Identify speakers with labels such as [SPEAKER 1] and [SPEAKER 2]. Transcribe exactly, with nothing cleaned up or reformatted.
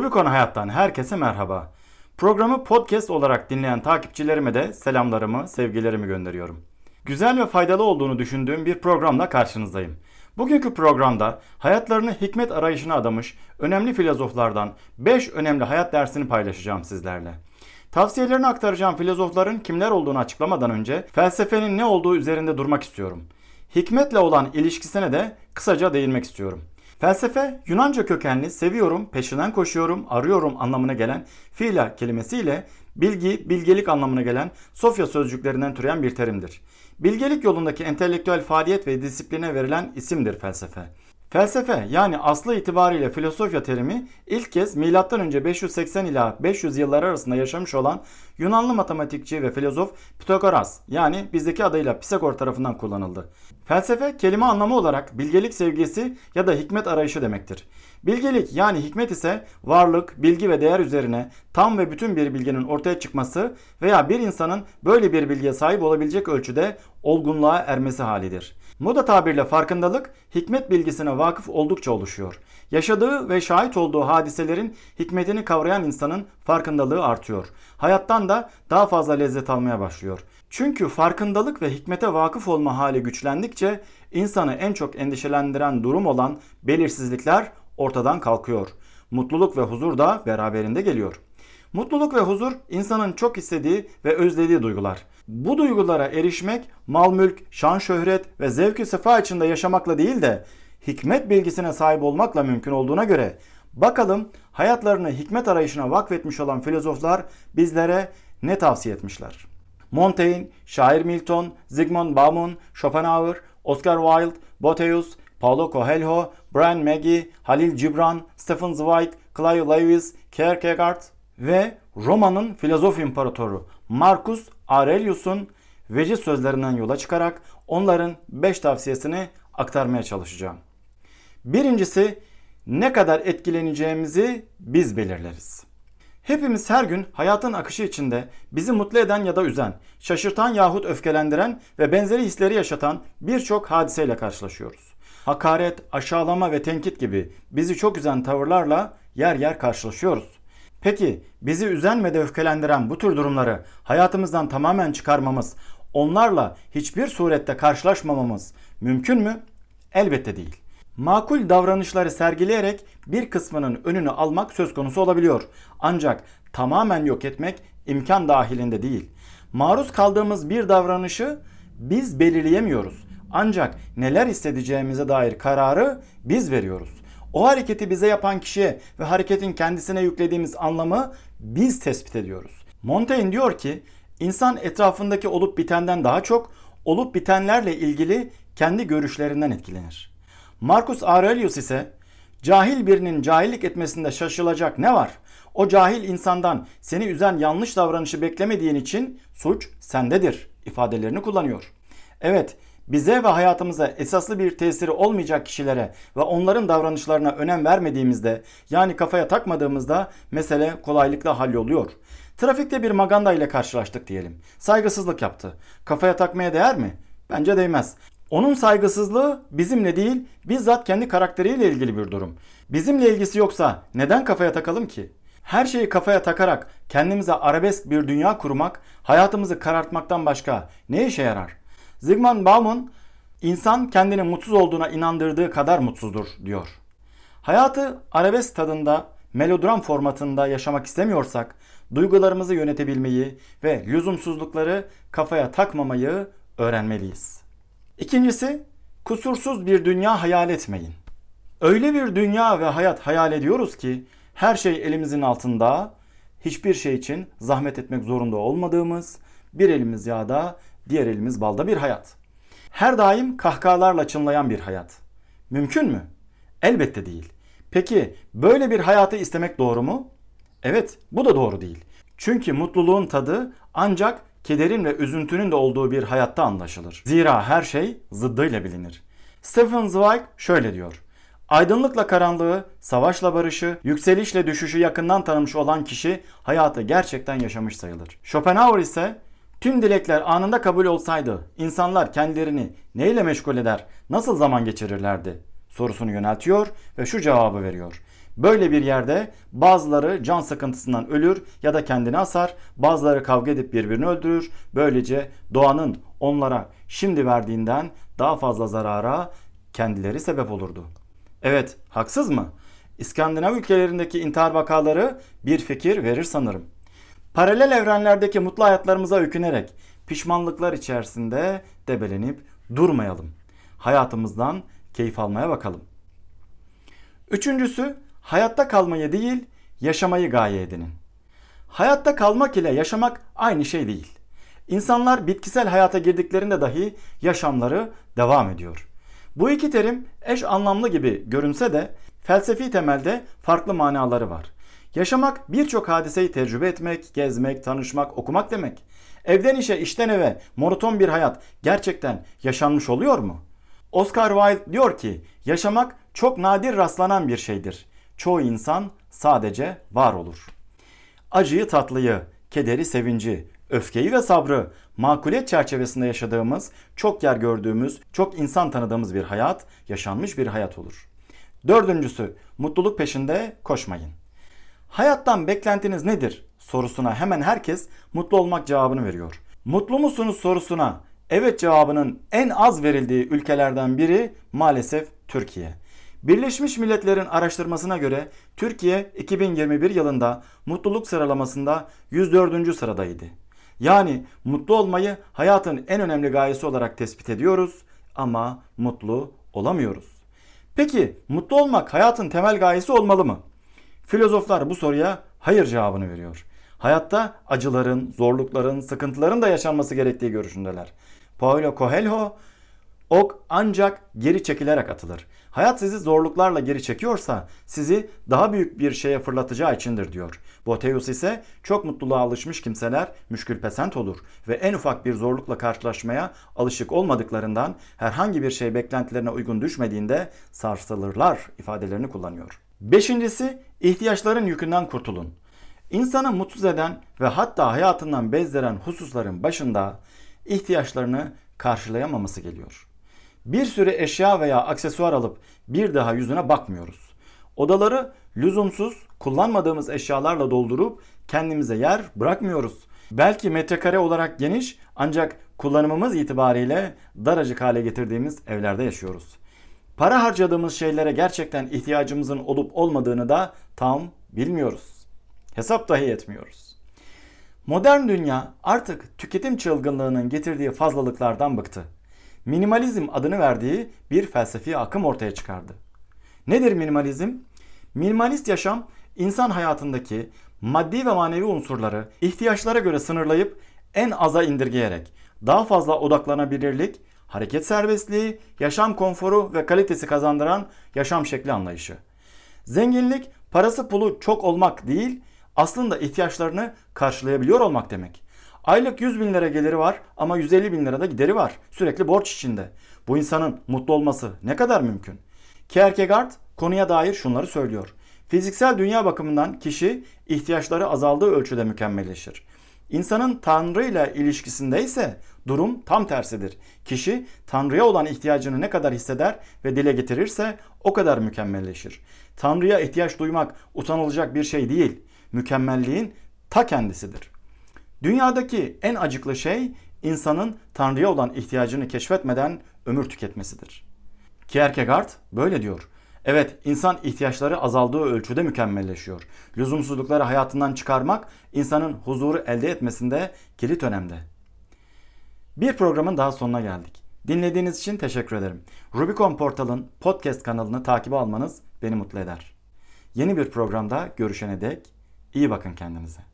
[SPEAKER 1] Soru Konu Hayat'tan herkese merhaba. Programı podcast olarak dinleyen takipçilerime de selamlarımı, sevgilerimi gönderiyorum. Güzel ve faydalı olduğunu düşündüğüm bir programla karşınızdayım. Bugünkü programda hayatlarını hikmet arayışına adamış önemli filozoflardan beş önemli hayat dersini paylaşacağım sizlerle. Tavsiyelerini aktaracağım filozofların kimler olduğunu açıklamadan önce felsefenin ne olduğu üzerinde durmak istiyorum. Hikmetle olan ilişkisine de kısaca değinmek istiyorum. Felsefe, Yunanca kökenli seviyorum, peşinden koşuyorum, arıyorum anlamına gelen phila kelimesiyle bilgi, bilgelik anlamına gelen Sofya sözcüklerinden türeyen bir terimdir. Bilgelik yolundaki entelektüel faaliyet ve disipline verilen isimdir felsefe. Felsefe yani aslı itibariyle filosofya terimi ilk kez milattan önce beş yüz seksen ila beş yüz yılları arasında yaşamış olan Yunanlı matematikçi ve filozof Pitagoras yani bizdeki adıyla Pisagor tarafından kullanıldı. Felsefe kelime anlamı olarak bilgelik sevgisi ya da hikmet arayışı demektir. Bilgelik yani hikmet ise varlık, bilgi ve değer üzerine tam ve bütün bir bilginin ortaya çıkması veya bir insanın böyle bir bilgiye sahip olabilecek ölçüde olgunluğa ermesi halidir. Moda tabirle farkındalık, hikmet bilgisine vakıf oldukça oluşuyor. Yaşadığı ve şahit olduğu hadiselerin hikmetini kavrayan insanın farkındalığı artıyor. Hayattan da daha fazla lezzet almaya başlıyor. Çünkü farkındalık ve hikmete vakıf olma hali güçlendikçe insanı en çok endişelendiren durum olan belirsizlikler ortadan kalkıyor. Mutluluk ve huzur da beraberinde geliyor. Mutluluk ve huzur insanın çok istediği ve özlediği duygular. Bu duygulara erişmek mal mülk, şan şöhret ve zevk-i sefa içinde yaşamakla değil de hikmet bilgisine sahip olmakla mümkün olduğuna göre bakalım hayatlarını hikmet arayışına vakfetmiş olan filozoflar bizlere ne tavsiye etmişler? Montaigne, şair Milton, Zygmunt Bauman, Schopenhauer, Oscar Wilde, Boethius, Paulo Coelho, Brian Magee, Halil Gibran, Stephen Zweig, Clive Lewis, Kierkegaard ve Roma'nın filozof imparatoru Marcus Aurelius'un veciz sözlerinden yola çıkarak onların beş tavsiyesini aktarmaya çalışacağım. Birincisi, ne kadar etkileneceğimizi biz belirleriz. Hepimiz her gün hayatın akışı içinde bizi mutlu eden ya da üzen, şaşırtan yahut öfkelendiren ve benzeri hisleri yaşatan birçok hadiseyle karşılaşıyoruz. Hakaret, aşağılama ve tenkit gibi bizi çok üzen tavırlarla yer yer karşılaşıyoruz. Peki bizi üzen ve de öfkelendiren bu tür durumları hayatımızdan tamamen çıkarmamız, onlarla hiçbir surette karşılaşmamamız mümkün mü? Elbette değil. Makul davranışları sergileyerek bir kısmının önünü almak söz konusu olabiliyor. Ancak tamamen yok etmek imkan dahilinde değil. Maruz kaldığımız bir davranışı biz belirleyemiyoruz. Ancak neler hissedeceğimize dair kararı biz veriyoruz. O hareketi bize yapan kişiye ve hareketin kendisine yüklediğimiz anlamı biz tespit ediyoruz. Montaigne diyor ki, insan etrafındaki olup bitenden daha çok olup bitenlerle ilgili kendi görüşlerinden etkilenir. Marcus Aurelius ise, cahil birinin cahillik etmesinde şaşılacak ne var? O cahil insandan seni üzen yanlış davranışı beklemediğin için suç sendedir ifadelerini kullanıyor. Evet, bize ve hayatımıza esaslı bir tesiri olmayacak kişilere ve onların davranışlarına önem vermediğimizde, yani kafaya takmadığımızda mesele kolaylıkla halloluyor. Trafikte bir maganda ile karşılaştık diyelim. Saygısızlık yaptı. Kafaya takmaya değer mi? Bence değmez. Onun saygısızlığı bizimle değil, bizzat kendi karakteriyle ilgili bir durum. Bizimle ilgisi yoksa neden kafaya takalım ki? Her şeyi kafaya takarak kendimize arabesk bir dünya kurmak, hayatımızı karartmaktan başka ne işe yarar? Zygmunt Bauman, insan kendini mutsuz olduğuna inandırdığı kadar mutsuzdur diyor. Hayatı arabesk tadında, melodram formatında yaşamak istemiyorsak, duygularımızı yönetebilmeyi ve lüzumsuzlukları kafaya takmamayı öğrenmeliyiz. İkincisi, kusursuz bir dünya hayal etmeyin. Öyle bir dünya ve hayat hayal ediyoruz ki, her şey elimizin altında, hiçbir şey için zahmet etmek zorunda olmadığımız, bir elimiz yağda, diğer elimiz balda bir hayat. Her daim kahkahalarla çınlayan bir hayat. Mümkün mü? Elbette değil. Peki böyle bir hayatı istemek doğru mu? Evet, bu da doğru değil. Çünkü mutluluğun tadı ancak kederin ve üzüntünün de olduğu bir hayatta anlaşılır. Zira her şey zıddıyla bilinir. Stephen Zweig şöyle diyor. Aydınlıkla karanlığı, savaşla barışı, yükselişle düşüşü yakından tanımış olan kişi hayatı gerçekten yaşamış sayılır. Schopenhauer ise tüm dilekler anında kabul olsaydı insanlar kendilerini neyle meşgul eder, nasıl zaman geçirirlerdi sorusunu yöneltiyor ve şu cevabı veriyor. Böyle bir yerde bazıları can sıkıntısından ölür ya da kendini asar, bazıları kavga edip birbirini öldürür. Böylece doğanın onlara şimdi verdiğinden daha fazla zarara kendileri sebep olurdu. Evet, haksız mı? İskandinav ülkelerindeki intihar vakaları bir fikir verir sanırım. Paralel evrenlerdeki mutlu hayatlarımıza öykünerek pişmanlıklar içerisinde debelenip durmayalım. Hayatımızdan keyif almaya bakalım. Üçüncüsü, hayatta kalmayı değil, yaşamayı gaye edinin. Hayatta kalmak ile yaşamak aynı şey değil. İnsanlar bitkisel hayata girdiklerinde dahi yaşamları devam ediyor. Bu iki terim eş anlamlı gibi görünse de felsefi temelde farklı manaları var. Yaşamak birçok hadiseyi tecrübe etmek, gezmek, tanışmak, okumak demek. Evden işe, işten eve monoton bir hayat gerçekten yaşanmış oluyor mu? Oscar Wilde diyor ki, yaşamak çok nadir rastlanan bir şeydir. Çoğu insan sadece var olur. Acıyı tatlıyı, kederi sevinci, öfkeyi ve sabrı makuliyet çerçevesinde yaşadığımız, çok yer gördüğümüz, çok insan tanıdığımız bir hayat, yaşanmış bir hayat olur. Dördüncüsü, mutluluk peşinde koşmayın. Hayattan beklentiniz nedir sorusuna hemen herkes mutlu olmak cevabını veriyor. Mutlu musunuz sorusuna evet cevabının en az verildiği ülkelerden biri maalesef Türkiye. Birleşmiş Milletler'in araştırmasına göre Türkiye iki bin yirmi bir yılında mutluluk sıralamasında yüz dördüncü sıradaydı. Yani mutlu olmayı hayatın en önemli gayesi olarak tespit ediyoruz ama mutlu olamıyoruz. Peki mutlu olmak hayatın temel gayesi olmalı mı? Filozoflar bu soruya hayır cevabını veriyor. Hayatta acıların, zorlukların, sıkıntıların da yaşanması gerektiği görüşündeler. Paulo Coelho, ok ancak geri çekilerek atılır. Hayat sizi zorluklarla geri çekiyorsa sizi daha büyük bir şeye fırlatacağı içindir diyor. Boethius ise çok mutluluğa alışmış kimseler müşkülpesent olur ve en ufak bir zorlukla karşılaşmaya alışık olmadıklarından herhangi bir şey beklentilerine uygun düşmediğinde sarsılırlar ifadelerini kullanıyor. Beşincisi, ihtiyaçların yükünden kurtulun. İnsanı mutsuz eden ve hatta hayatından bezderen hususların başında ihtiyaçlarını karşılayamaması geliyor. Bir sürü eşya veya aksesuar alıp bir daha yüzüne bakmıyoruz. Odaları lüzumsuz, kullanmadığımız eşyalarla doldurup kendimize yer bırakmıyoruz. Belki metrekare olarak geniş ancak kullanımımız itibariyle daracık hale getirdiğimiz evlerde yaşıyoruz. Para harcadığımız şeylere gerçekten ihtiyacımızın olup olmadığını da tam bilmiyoruz. Hesap dahi etmiyoruz. Modern dünya artık tüketim çılgınlığının getirdiği fazlalıklardan bıktı. Minimalizm adını verdiği bir felsefi akım ortaya çıkardı. Nedir minimalizm? Minimalist yaşam, insan hayatındaki maddi ve manevi unsurları ihtiyaçlara göre sınırlayıp en aza indirgeyerek daha fazla odaklanabilirlik, hareket serbestliği, yaşam konforu ve kalitesi kazandıran yaşam şekli anlayışı. Zenginlik, parası pulu çok olmak değil, aslında ihtiyaçlarını karşılayabiliyor olmak demek. Aylık yüz bin lira geliri var ama yüz elli bin lirada gideri var. Sürekli borç içinde. Bu insanın mutlu olması ne kadar mümkün? Kierkegaard konuya dair şunları söylüyor. Fiziksel dünya bakımından kişi ihtiyaçları azaldığı ölçüde mükemmelleşir. İnsanın Tanrı ile ilişkisinde ise durum tam tersidir. Kişi Tanrı'ya olan ihtiyacını ne kadar hisseder ve dile getirirse o kadar mükemmelleşir. Tanrı'ya ihtiyaç duymak utanılacak bir şey değil, mükemmelliğin ta kendisidir. Dünyadaki en acıklı şey insanın Tanrı'ya olan ihtiyacını keşfetmeden ömür tüketmesidir. Kierkegaard böyle diyor. Evet, insan ihtiyaçları azaldığı ölçüde mükemmelleşiyor. Lüzumsuzlukları hayatından çıkarmak insanın huzuru elde etmesinde kilit önemde. Bir programın daha sonuna geldik. Dinlediğiniz için teşekkür ederim. Rubicon Portal'ın podcast kanalını takip almanız beni mutlu eder. Yeni bir programda görüşene dek iyi bakın kendinize.